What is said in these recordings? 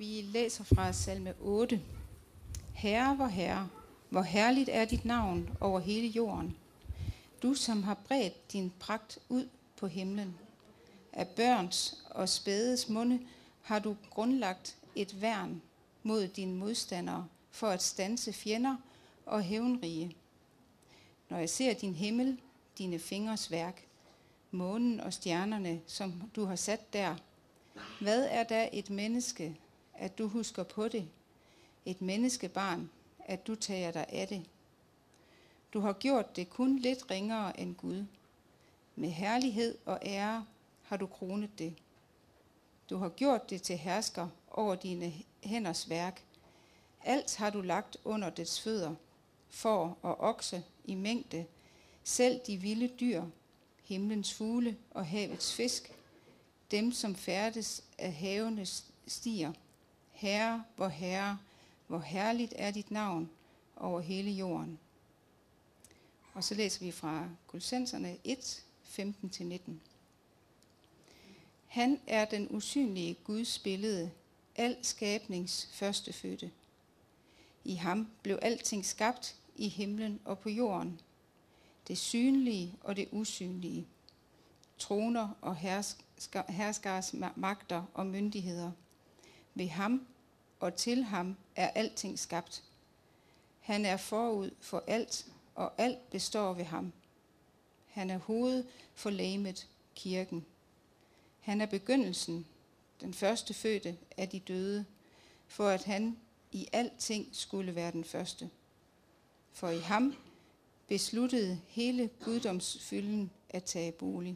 Vi læser fra salme 8. Herre, hvor herligt er dit navn over hele jorden. Du, som har bredt din pragt ud på himlen. Af børns og spædes munde har du grundlagt et værn mod dine modstandere for at standse fjender og hævnrige. Når jeg ser din himmel, dine fingres værk, månen og stjernerne, som du har sat der, hvad er da et menneske, at du husker på det? Et menneskebarn, at du tager dig af det? Du har gjort det kun lidt ringere end Gud. Med herlighed og ære har du kronet det. Du har gjort det til hersker over dine hænders værk. Alt har du lagt under dets fødder, får og okse i mængde, selv de vilde dyr, himlens fugle og havets fisk, dem som færdes af havenes stier. Herre, hvor herligt er dit navn over hele jorden. Og så læser vi fra Kolossenserne 1, 15-19. Han er den usynlige Guds billede, al skabnings førstefødte. I ham blev alting skabt i himlen og på jorden, det synlige og det usynlige, troner og herskers magter og myndigheder. Ved ham og til ham er alting skabt. Han er forud for alt, og alt består ved ham. Han er hoved for legemet, kirken. Han er begyndelsen, den første fødte af de døde, for at han i alting skulle være den første. For i ham besluttede hele guddomsfylden at tage bolig.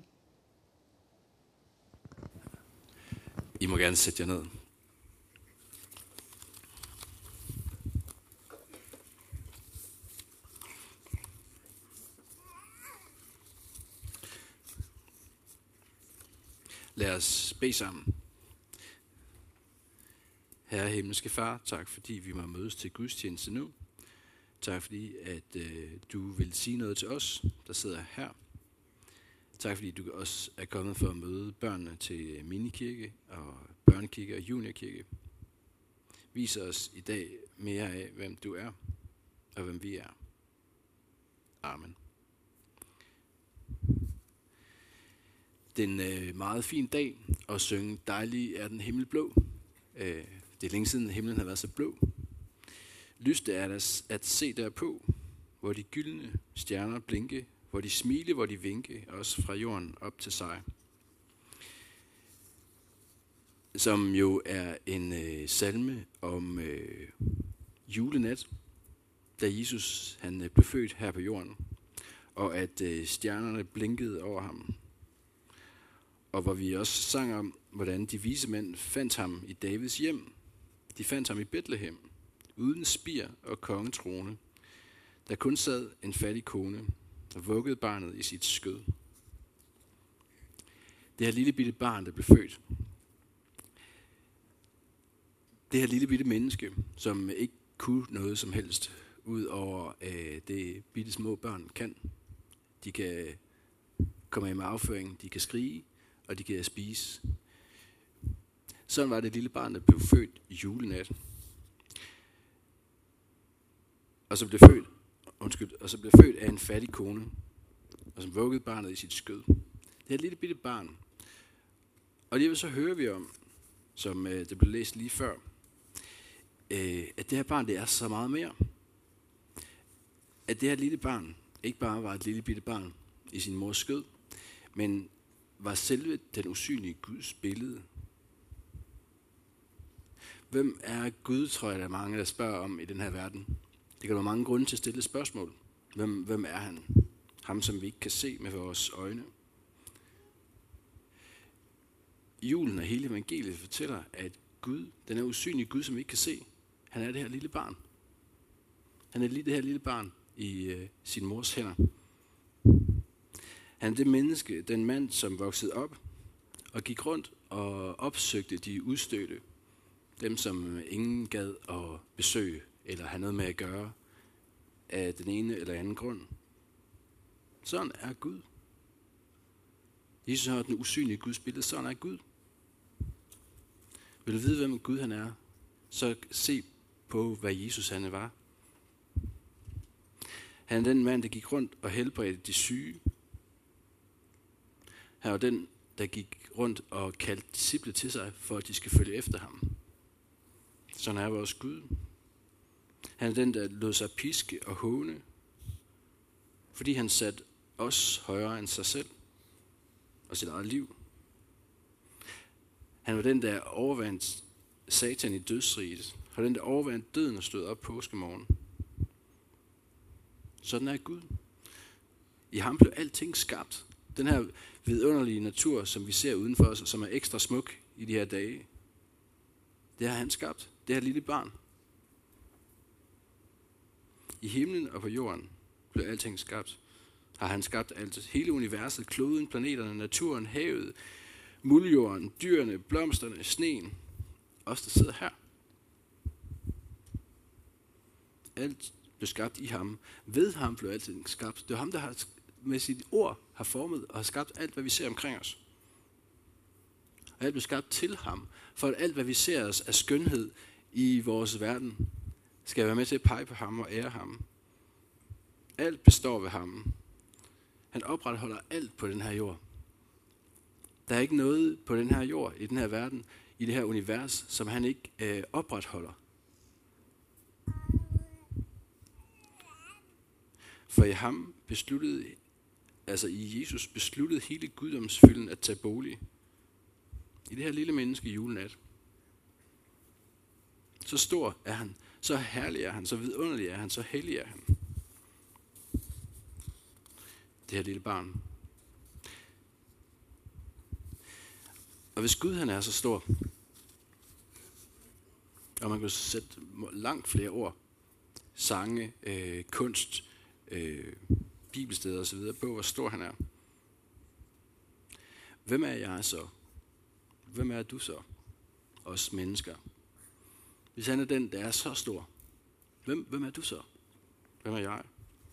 I må gerne sætte jer ned. Lad os bede sammen. Herre himmelske Far, tak fordi vi må mødes til gudstjeneste nu. Tak fordi, at du vil sige noget til os, der sidder her. Tak fordi du også er kommet for at møde børnene til minikirke og børnekirke og juniorkirke. Vis os i dag mere af, hvem du er og hvem vi er. Amen. Det er en meget fin dag at synge Dejlig er den himmel blå. Det er længe siden himlen har været så blå. Lyst er der at se derpå, hvor de gyldne stjerner blinke, hvor de smile, hvor de vinke, også fra jorden op til sig. Som jo er en salme om julenat, da Jesus han blev født her på jorden, og at stjernerne blinkede over ham. Og hvor vi også sang om, hvordan de vise mænd fandt ham i Davids hjem. De fandt ham i Betlehem, uden spir og kongetrone. Der kun sad en fattig kone, der vuggede barnet i sit skød. Det her lille bitte barn, der blev født. Det her lille bitte menneske, som ikke kunne noget som helst, ud over det bitte små børn kan. De kan komme i med afføring, de kan skrige, og de kan spise. Sådan var det lille barn, der blev født i julenat. Og så blev født af en fattig kone, og som vuggede barnet i sit skød. Det her lille bitte barn. Og alligevel så hører vi om, som det blev læst lige før, at det her barn, det er så meget mere. At det her lille barn ikke bare var et lille bitte barn i sin mors skød, men var selve den usynlige Guds billede. Hvem er Gud, tror jeg, der er mange, der spørger om i den her verden. Det kan være mange grunde til at stille spørgsmål. Hvem er han? Ham, som vi ikke kan se med vores øjne. Julen og hele evangeliet fortæller, at Gud, den er usynlige Gud, som vi ikke kan se, han er det her lille barn. Han er lige det her lille barn i sin mors hænder. Han er det menneske, den mand, som voksede op og gik rundt og opsøgte de udstødte. Dem, som ingen gad at besøge eller have noget med at gøre af den ene eller anden grund. Sådan er Gud. Jesus har den usynlige Guds billede. Sådan er Gud. Vil du vide, hvem Gud han er, så se på, hvad Jesus han var. Han er den mand, der gik rundt og helbredte de syge. Han var den, der gik rundt og kaldte disciple til sig, for at de skal følge efter ham. Sådan er vores Gud. Han er den, der lod sig piske og håne, fordi han satte os højere end sig selv og sit eget liv. Han var den, der overvandt Satan i dødsriget. Han var den, der overvandt døden og stod op påskemorgen. Sådan er Gud. I ham blev alting skabt. Den her vidunderlige natur, som vi ser udenfor os, og som er ekstra smuk i de her dage, det har han skabt. Det her lille barn. I himlen og på jorden blev alting skabt. Har han skabt alt. Hele universet, kloden, planeterne, naturen, havet, muldjorden, dyrene, blomsterne, sneen. Os, der sidder her. Alt blev skabt i ham. Ved ham blev alting skabt. Det er ham, der har med sit ord har formet og har skabt alt, hvad vi ser omkring os. Og alt blev skabt til ham, for at alt, hvad vi ser os af skønhed i vores verden, skal være med til at pege på ham og ære ham. Alt består ved ham. Han opretholder alt på den her jord. Der er ikke noget på den her jord, i den her verden, i det her univers, som han ikke opretholder. For i ham i Jesus besluttede hele guddomsfylden at tage bolig. I det her lille menneske julenat. Så stor er han, så herlig er han, så vidunderlig er han, så hellig er han. Det her lille barn. Og hvis Gud han er så stor, og man kan sætte langt flere ord, sange, kunst, bibelsteder osv. på, hvor stor han er. Hvem er jeg så? Hvem er du så? Os mennesker. Hvis han er den, der er så stor, hvem er du så? Hvem er jeg?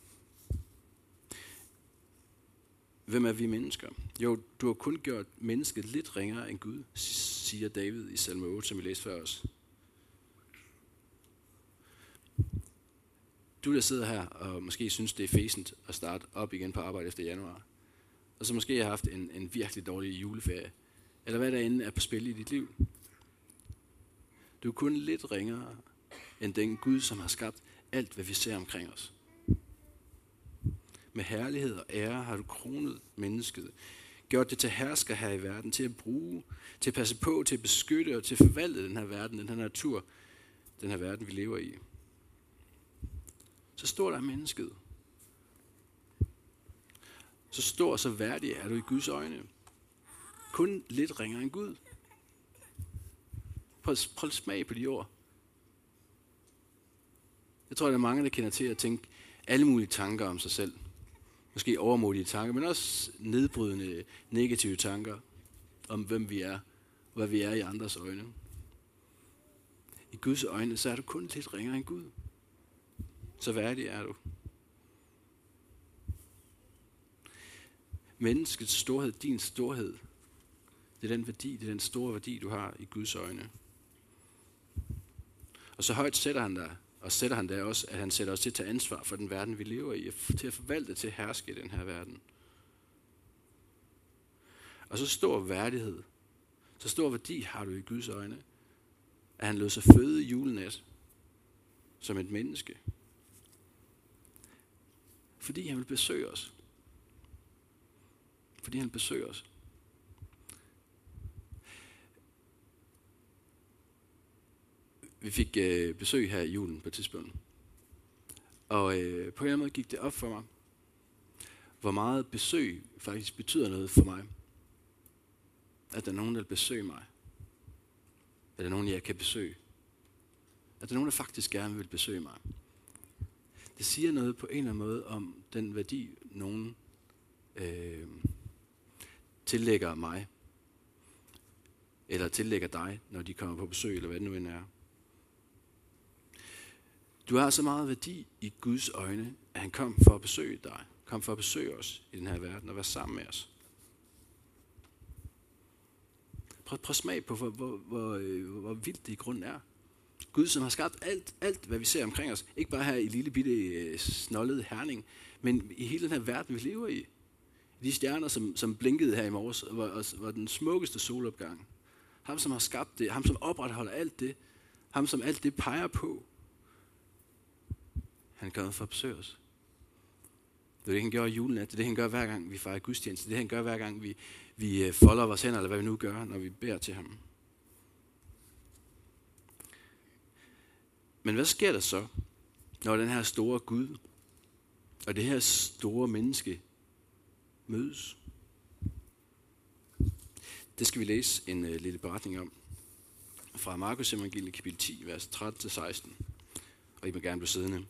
Hvem er vi mennesker? Jo, du har kun gjort mennesket lidt ringere end Gud, siger David i salme 8, som vi læste før os. Du, der sidder her og måske synes, det er fæsent at starte op igen på arbejde efter januar, og så måske har haft en virkelig dårlig juleferie, eller hvad der end er på spil i dit liv. Du er kun lidt ringere end den Gud, som har skabt alt, hvad vi ser omkring os. Med herlighed og ære har du kronet mennesket, gjort det til hersker her i verden, til at bruge, til at passe på, til at beskytte og til at forvalte den her verden, den her natur, den her verden, vi lever i. Så stort er mennesket. Så stor og så værdig er du i Guds øjne. Kun lidt ringere end Gud. Prøv at smage på de ord. Jeg tror, der er mange, der kender til at tænke alle mulige tanker om sig selv. Måske overmodige tanker, men også nedbrydende, negative tanker om, hvem vi er, og hvad vi er i andres øjne. I Guds øjne, så er du kun lidt ringere end Gud. Så værdig er du. Menneskets storhed, din storhed, det er den værdi, det er den store værdi, du har i Guds øjne. Og så højt sætter han dig, og sætter han der også, at han sætter os til at tage ansvar for den verden, vi lever i, til at forvalte, til at herske i den her verden. Og så stor værdighed, så stor værdi har du i Guds øjne, at han lod sig føde julenat som et menneske. Fordi han vil besøge os. Fordi han besøger os. Vi fik besøg her i julen på et tidspunkt. Og på en eller anden måde gik det op for mig, hvor meget besøg faktisk betyder noget for mig. At der er nogen, der vil besøge mig. At der er nogen, jeg kan besøge. At der er nogen, der faktisk gerne vil besøge mig. Det siger noget på en eller anden måde om den værdi, nogen tillægger mig. Eller tillægger dig, når de kommer på besøg, eller hvad det nu end er. Du har så meget værdi i Guds øjne, at han kom for at besøge dig. Kom for at besøge os i den her verden og være sammen med os. Prøv at smage på, hvor vildt det i grunden er. Gud, som har skabt alt, hvad vi ser omkring os. Ikke bare her i lille bitte snollede Herning, men i hele den her verden, vi lever i. De stjerner, som blinkede her i morges, var den smukkeste solopgang. Ham, som har skabt det. Ham, som opretholder alt det. Ham, som alt det peger på. Han er kommet for at besøge os. Det er det, han gør i julenat. Det er det, han gør hver gang, vi fejrer gudstjeneste. Det er det, han gør hver gang, vi folder vores hænder, eller hvad vi nu gør, når vi beder til ham. Men hvad sker der så, når den her store Gud og det her store menneske mødes? Det skal vi læse en lille beretning om fra Markus evangeliet kapitel 10, vers 13-16. Og I må gerne blive siddende.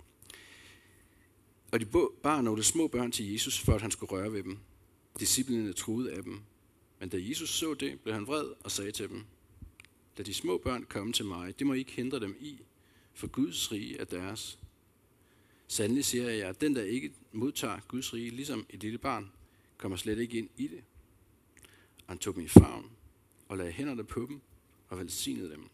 Og de bar nogle små børn til Jesus, for at han skulle røre ved dem. Disciplene truede af dem. Men da Jesus så det, blev han vred og sagde til dem: "Da de små børn kommer til mig, det må I ikke hindre dem i, for Guds rige er deres. Sandelig siger jeg, at den, der ikke modtager Guds rige, ligesom et lille barn, kommer slet ikke ind i det." Han tog dem i favn og lagde hænderne på dem og velsignede dem.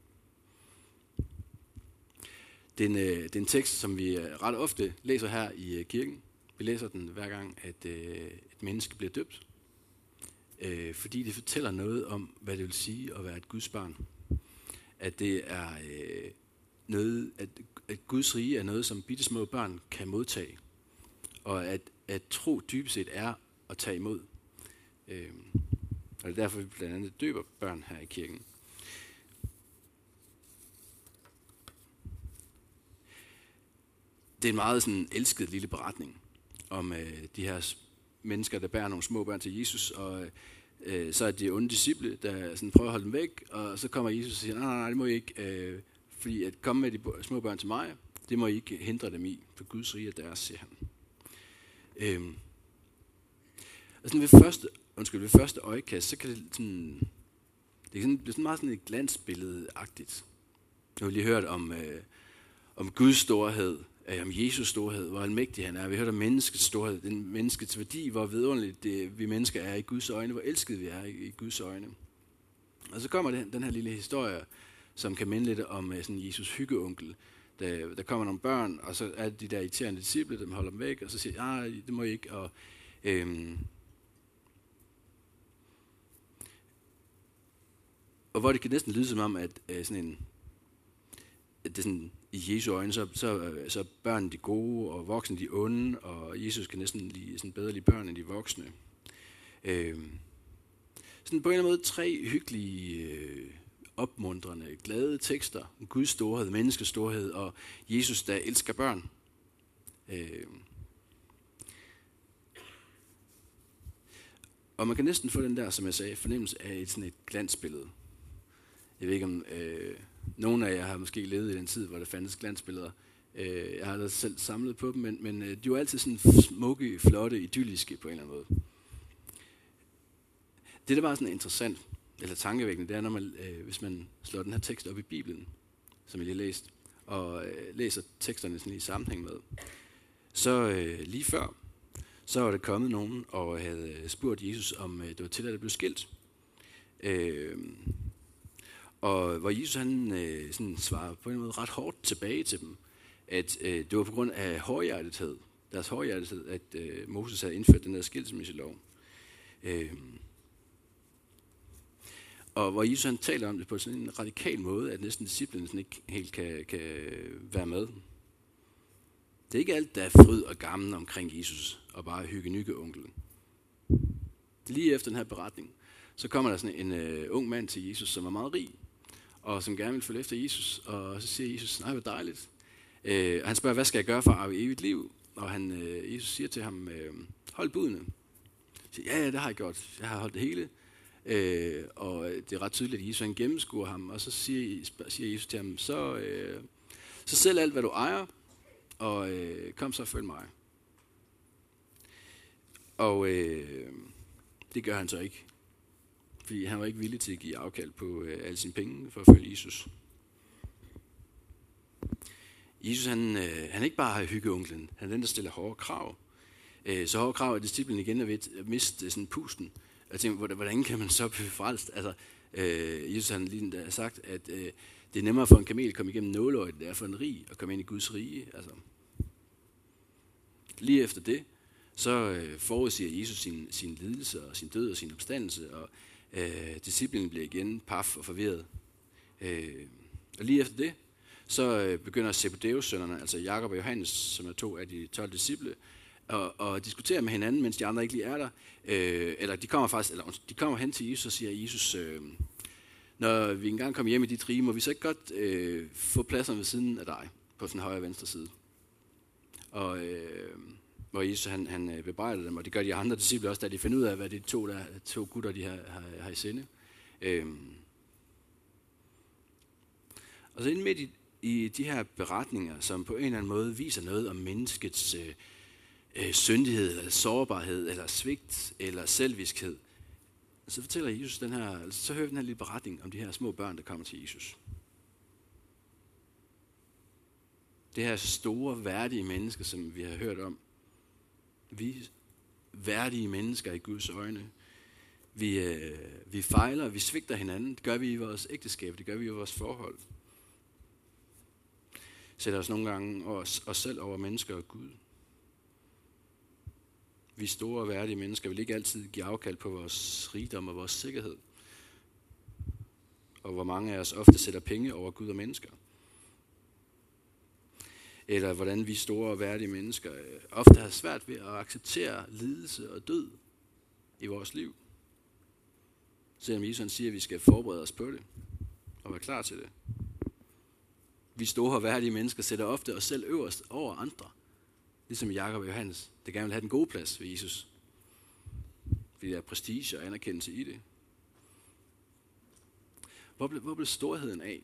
Det er en tekst, som vi ret ofte læser her i kirken. Vi læser den hver gang, at et menneske bliver døbt. Fordi det fortæller noget om, hvad det vil sige at være et Guds barn. At det er noget, at Guds rige er noget, som bitte små børn kan modtage. Og at tro dybest set er at tage imod. Og det er derfor, vi blandt andet døber børn her i kirken. Det er en meget sådan elsket lille beretning om de her mennesker, der bærer nogle små børn til Jesus, og så er de onde disciple, der sådan prøver at holde dem væk, og så kommer Jesus og siger, nej, det må I ikke, fordi at komme med de små børn til mig, det må I ikke hindre dem i, for Guds rige er deres, siger han. Og sådan ved første øjekast, så kan det sådan, det er sådan meget sådan et glansbillede-agtigt. Nu har vi lige hørt om Guds storhed, om Jesus storhed, hvor almægtig han er. Vi har hørt om menneskets storhed, den menneskets værdi, hvor vidunderligt vi mennesker er i Guds øjne, hvor elskede vi er i Guds øjne. Og så kommer den her lille historie, som kan minde lidt om sådan Jesus hyggeonkel. Der kommer nogle børn, og så er de der irriterende disciple, dem holder dem væk, og så siger det må I ikke. Og hvor det kan næsten lyde som om, at det sådan, i Jesu øjne, så er børn de gode, og voksne de onde, og Jesus kan næsten bedre lide børn end de voksne. Sådan på en eller anden måde 3 hyggelige, opmuntrende, glade tekster. Guds storhed, menneskets storhed, og Jesus, der elsker børn. Og man kan næsten få den der, som jeg sagde, fornemmelse af sådan et glansbillede. Jeg ved ikke om nogle af jer har måske levet i den tid, hvor der fandtes glansbilleder. Jeg har da selv samlet på dem, men de var altid sådan smukke, flotte, idylliske på en eller anden måde. Det, der var sådan interessant, eller tankevækkende, det er, når man, hvis man slår den her tekst op i Bibelen, som jeg lige har læst, og læser teksterne sådan i sammenhæng med, så lige før, så var der kommet nogen og havde spurgt Jesus, om det var tilladt at blive skilt. Og hvor Jesus han sådan svarede på en måde ret hårdt tilbage til dem, at det var på grund af hårdhjertethed, deres hårdhjertethed, at Moses havde indført den der skilsmisselov. Og hvor Jesus han taler om det på sådan en radikal måde, at næsten disciplene sådan ikke helt kan være med. Det er ikke alt, der er fryd og gammel omkring Jesus, og bare hygge-nygge-onkelen. Lige efter den her beretning, så kommer der sådan en ung mand til Jesus, som er meget rig, og som gerne vil følge efter Jesus, og så siger Jesus, nej, hvor dejligt. Og han spørger, hvad skal jeg gøre for at arve evigt liv? Og Jesus siger til ham, hold budene. Siger, ja, det har jeg gjort. Jeg har holdt det hele. Og det er ret tydeligt, at Jesus han gennemskuer ham, og så siger Jesus til ham, så sælg alt, hvad du ejer, og kom så og følg mig. Og det gør han så ikke. Fordi han var ikke villig til at give afkald på alle sine penge for at følge Jesus. Jesus han er ikke bare hyggeonklen, han er den, der stiller hårde krav. Så hårde krav, at disciplen igen er ved at miste sådan pusten. Og jeg tænker, hvordan kan man så blive frelst? Altså, Jesus han lige har sagt, at Det er nemmere for en kamel at komme igennem nåleøjet, det er for en rig at komme ind i Guds rige. Altså. Lige efter det, så forudsiger Jesus sin lidelse og sin død og sin opstandelse, og disciplinen bliver igen paf og forvirret. Og lige efter det, så begynder Zebedeus-sønnerne, altså Jakob og Johannes, som er 2 af de 12 disciple, og diskutere med hinanden, mens de andre ikke lige er der. Eller de kommer hen til Jesus og siger, Jesus, når vi engang kommer hjem i dit rige, må vi så ikke godt få pladserne ved siden af dig, på sådan højre og venstre side. Og hvor Jesus han bebrejder dem, og det gør de andre disciple også, da de finder ud af, hvad det er to gutter, de har i sinde. Og så ind midt i de her beretninger, som på en eller anden måde viser noget om menneskets syndighed, eller sårbarhed, eller svigt, eller selviskhed, så fortæller Jesus så hører vi den her lille beretning om de her små børn, der kommer til Jesus. Det her store, værdige mennesker, som vi har hørt om. Vi er værdige mennesker i Guds øjne. Vi fejler, vi svigter hinanden. Det gør vi i vores ægteskab, det gør vi i vores forhold. Sætter os nogle gange os selv over mennesker og Gud. Vi store og værdige mennesker vil ikke altid give afkald på vores rigdom og vores sikkerhed. Og hvor mange af os ofte sætter penge over Gud og mennesker. Eller hvordan vi store og værdige mennesker ofte har svært ved at acceptere lidelse og død i vores liv. Selvom Jesus siger, at vi skal forberede os på det og være klar til det. Vi store og værdige mennesker sætter ofte os selv øverst over andre. Ligesom Jakob og Johannes, der gerne vil have den gode plads ved Jesus. Fordi der er prestige og anerkendelse i det. Hvor blev storheden af?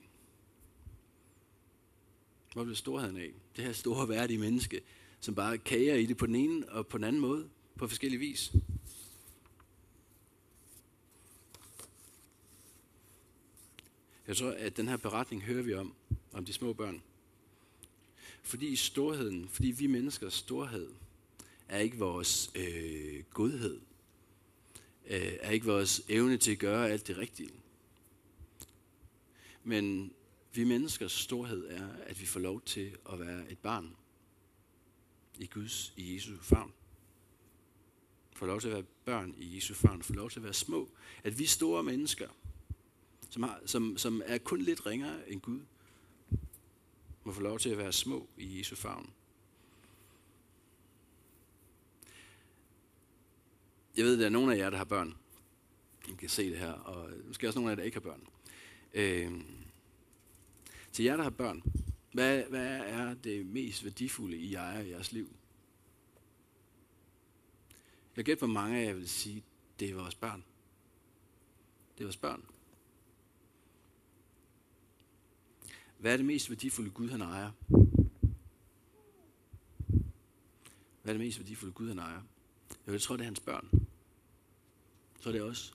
Hvor blev storheden af? Det her store værdige menneske, som bare kager i det på den ene og på den anden måde, på forskellige vis. Jeg tror, at den her beretning hører vi om de små børn. Fordi vi menneskers storhed, er ikke vores godhed, er ikke vores evne til at gøre alt det rigtige. Men vi menneskers storhed er, at vi får lov til at være et barn i Jesu favn. Får lov til at være børn i Jesu favn, får lov til at være små. At vi store mennesker, som er kun lidt ringere end Gud, må få lov til at være små i Jesu favn. Jeg ved, at der er nogle af jer, der har børn. I kan se det her, og måske også nogle af jer, der ikke har børn. Til jer, der har børn, hvad er det mest værdifulde i jer og jeres liv? Jeg gætter, hvor mange af jer vil sige, det er vores børn. Det er vores børn. Hvad er det mest værdifulde Gud, han ejer? Hvad er det mest værdifulde Gud, han ejer? Jeg tror, det er hans børn. Jeg tror, det er os.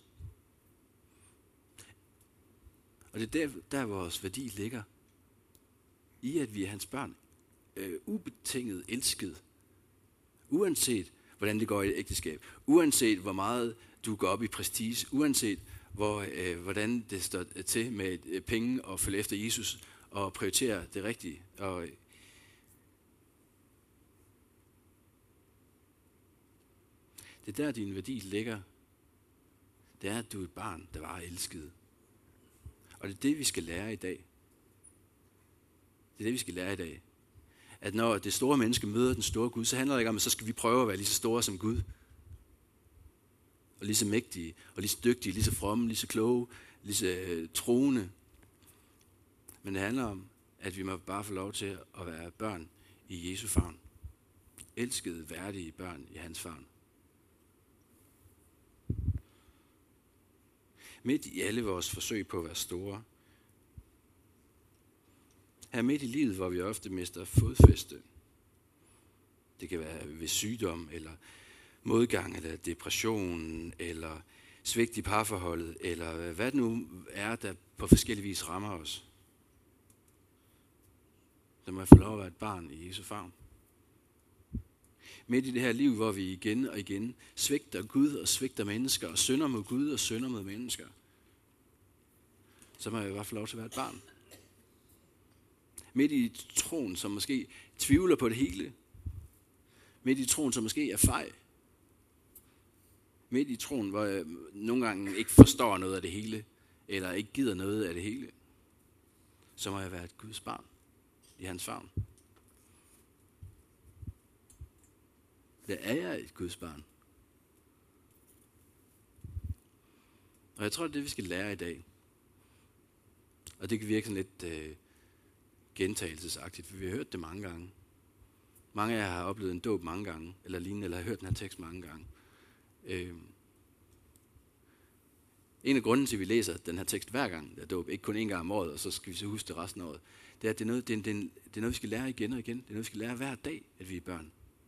Og det er der vores værdi ligger. I at vi er hans børn. Ubetinget elsket. Uanset hvordan det går i et ægteskab. Uanset hvor meget du går op i prestige. Uanset hvordan det står til med penge og følge efter Jesus og prioritere det rigtige. Og det er der, din værdi ligger. Det er, at du er et barn, der var elsket. Og det er det, vi skal lære i dag. Det er det, vi skal lære i dag. At når det store menneske møder den store Gud, så handler det ikke om, at så skal vi prøve at være lige så store som Gud. Og lige så mægtige, og lige så dygtige, lige så fromme, lige så kloge, lige så troende. Men det handler om, at vi må bare få lov til at være børn i Jesu favn. Elskede, værdige børn i hans favn. Midt i alle vores forsøg på at være store. Her midt i livet, hvor vi ofte mister fodfæste. Det kan være ved sygdom, eller modgang, eller depression, eller svigt i parforholdet, eller hvad det nu er, der på forskellige vis rammer os. Så må jeg få lov at være et barn i Jesu favn. Midt i det her liv, hvor vi igen og igen svigter Gud og svigter mennesker, og synder mod Gud og synder mod mennesker, så må jeg bare få lov til at være et barn. Midt i troen, som måske tvivler på det hele. Midt i troen, som måske er fej. Midt i troen, hvor jeg nogle gange ikke forstår noget af det hele, eller ikke gider noget af det hele, så må jeg være et Guds barn i hans favn. Der er jeg et Guds barn. Og jeg tror, det er det, vi skal lære i dag. Og det kan virke sådan lidt gentagelsesagtigt, for vi har hørt det mange gange. Mange af jer har oplevet en dåb mange gange, eller lignende, eller har hørt den her tekst mange gange. En af grunden til, at vi læser den her tekst hver gang, der er dåb, ikke kun en gang om året, og så skal vi så huske det resten af året, det er, at det er noget, vi skal lære igen og igen. Det er noget, vi skal lære hver dag, at vi er børn.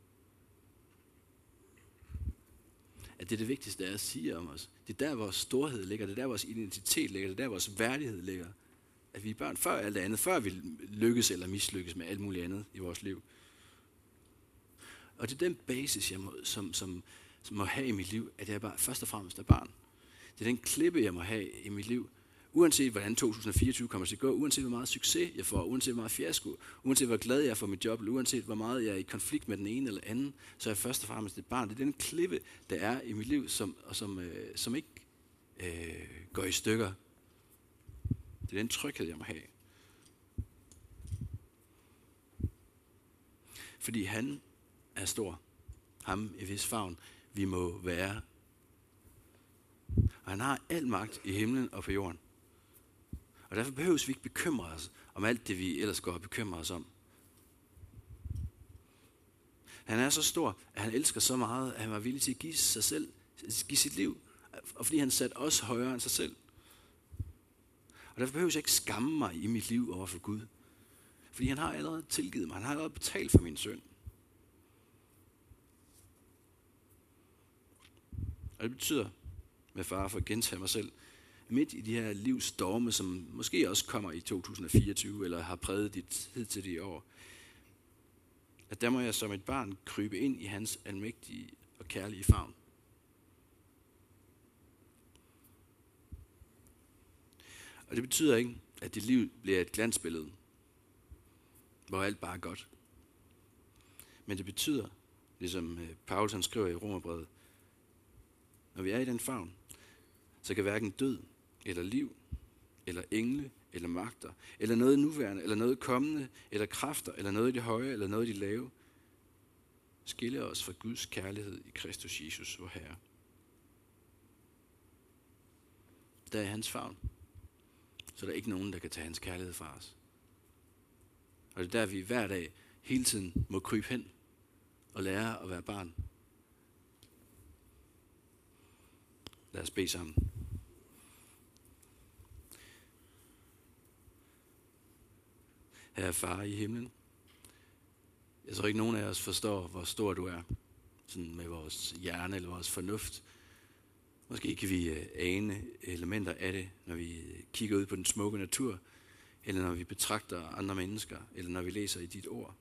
At det er det vigtigste, at sige om os. Det er der, vores storhed ligger, det er der, vores identitet ligger, det er der, vores værdighed ligger. At vi er børn før alt det andet, før vi lykkes eller mislykkes med alt muligt andet i vores liv. Og det er den basis, jeg må have i mit liv, at jeg bare først og fremmest er barn. Det er den klippe, jeg må have i mit liv. Uanset hvordan 2024 kommer til at gå, uanset hvor meget succes jeg får, uanset hvor meget fiasko, uanset hvor glad jeg er for mit job, eller uanset hvor meget jeg er i konflikt med den ene eller anden, så er jeg først og fremmest et barn. Det er den klippe, der er i mit liv, som ikke går i stykker. Det er den tryghed, jeg må have. Fordi han er stor. Ham i hvis favn vi må være. Og han har al magt i himlen og på jorden. Og derfor behøves vi ikke bekymre os om alt det, vi ellers går og bekymrer os om. Han er så stor, at han elsker så meget, at han var villig til at give sig selv, give sit liv. Og fordi han satte os højere end sig selv. Og derfor behøver jeg ikke skamme mig i mit liv over for Gud. Fordi han har allerede tilgivet mig. Han har allerede betalt for min synd. Og det betyder, med fare for at gentage mig selv, midt i de her livsstorme, som måske også kommer i 2024, eller har præget dit hidtil i år, at der må jeg som et barn krybe ind i hans almægtige og kærlige favn. Og det betyder ikke, at dit liv bliver et glansbillede, hvor alt bare er godt. Men det betyder, ligesom Paulus han skriver i Romerbrevet, når vi er i den favn, så kan hverken død, eller liv, eller engle, eller magter, eller noget nuværende, eller noget kommende, eller kræfter, eller noget i det høje, eller noget i det lave, skille os fra Guds kærlighed i Kristus Jesus, vor Herre. Der er hans favn, så der er ikke nogen, der kan tage hans kærlighed fra os. Og det er der, vi hver dag hele tiden må krybe hen og lære at være barn. Lad os bede sammen. Herre far i himlen, jeg tror ikke nogen af os forstår, hvor stor du er, sådan med vores hjerne eller vores fornuft. Måske kan vi ane elementer af det, når vi kigger ud på den smukke natur, eller når vi betragter andre mennesker, eller når vi læser i dit ord.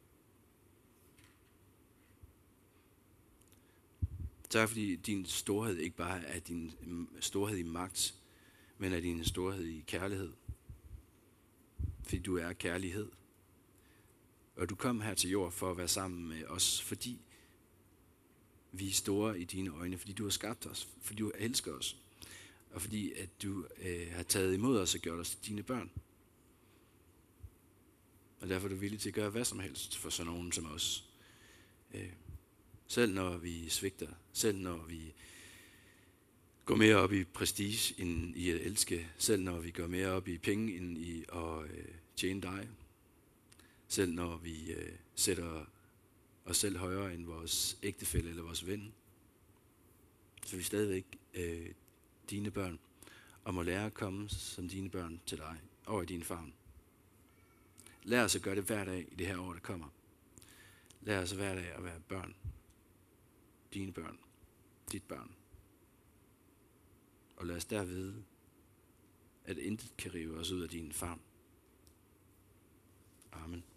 Tak fordi din storhed ikke bare er din storhed i magt, men er din storhed i kærlighed. Fordi du er kærlighed. Og du kom her til jord for at være sammen med os, fordi vi er store i dine øjne, fordi du har skabt os, fordi du elsker os, og fordi at du har taget imod os og gjort os dine børn. Og derfor er du villig til at gøre hvad som helst for sådan nogen som os. Selv når vi svigter, selv når vi går mere op i prestige end i at elske, selv når vi går mere op i penge end i at tjene dig, selv når vi sætter os selv højere end vores ægtefælle eller vores ven, så er vi stadigvæk dine børn, og må lære at komme som dine børn til dig, over i din favn. Lær os at gøre det hver dag i det her år, der kommer. Lær os hver dag at være børn. Dine børn. Dit barn. Og lad os der vide, at intet kan rive os ud af din favn. Amen.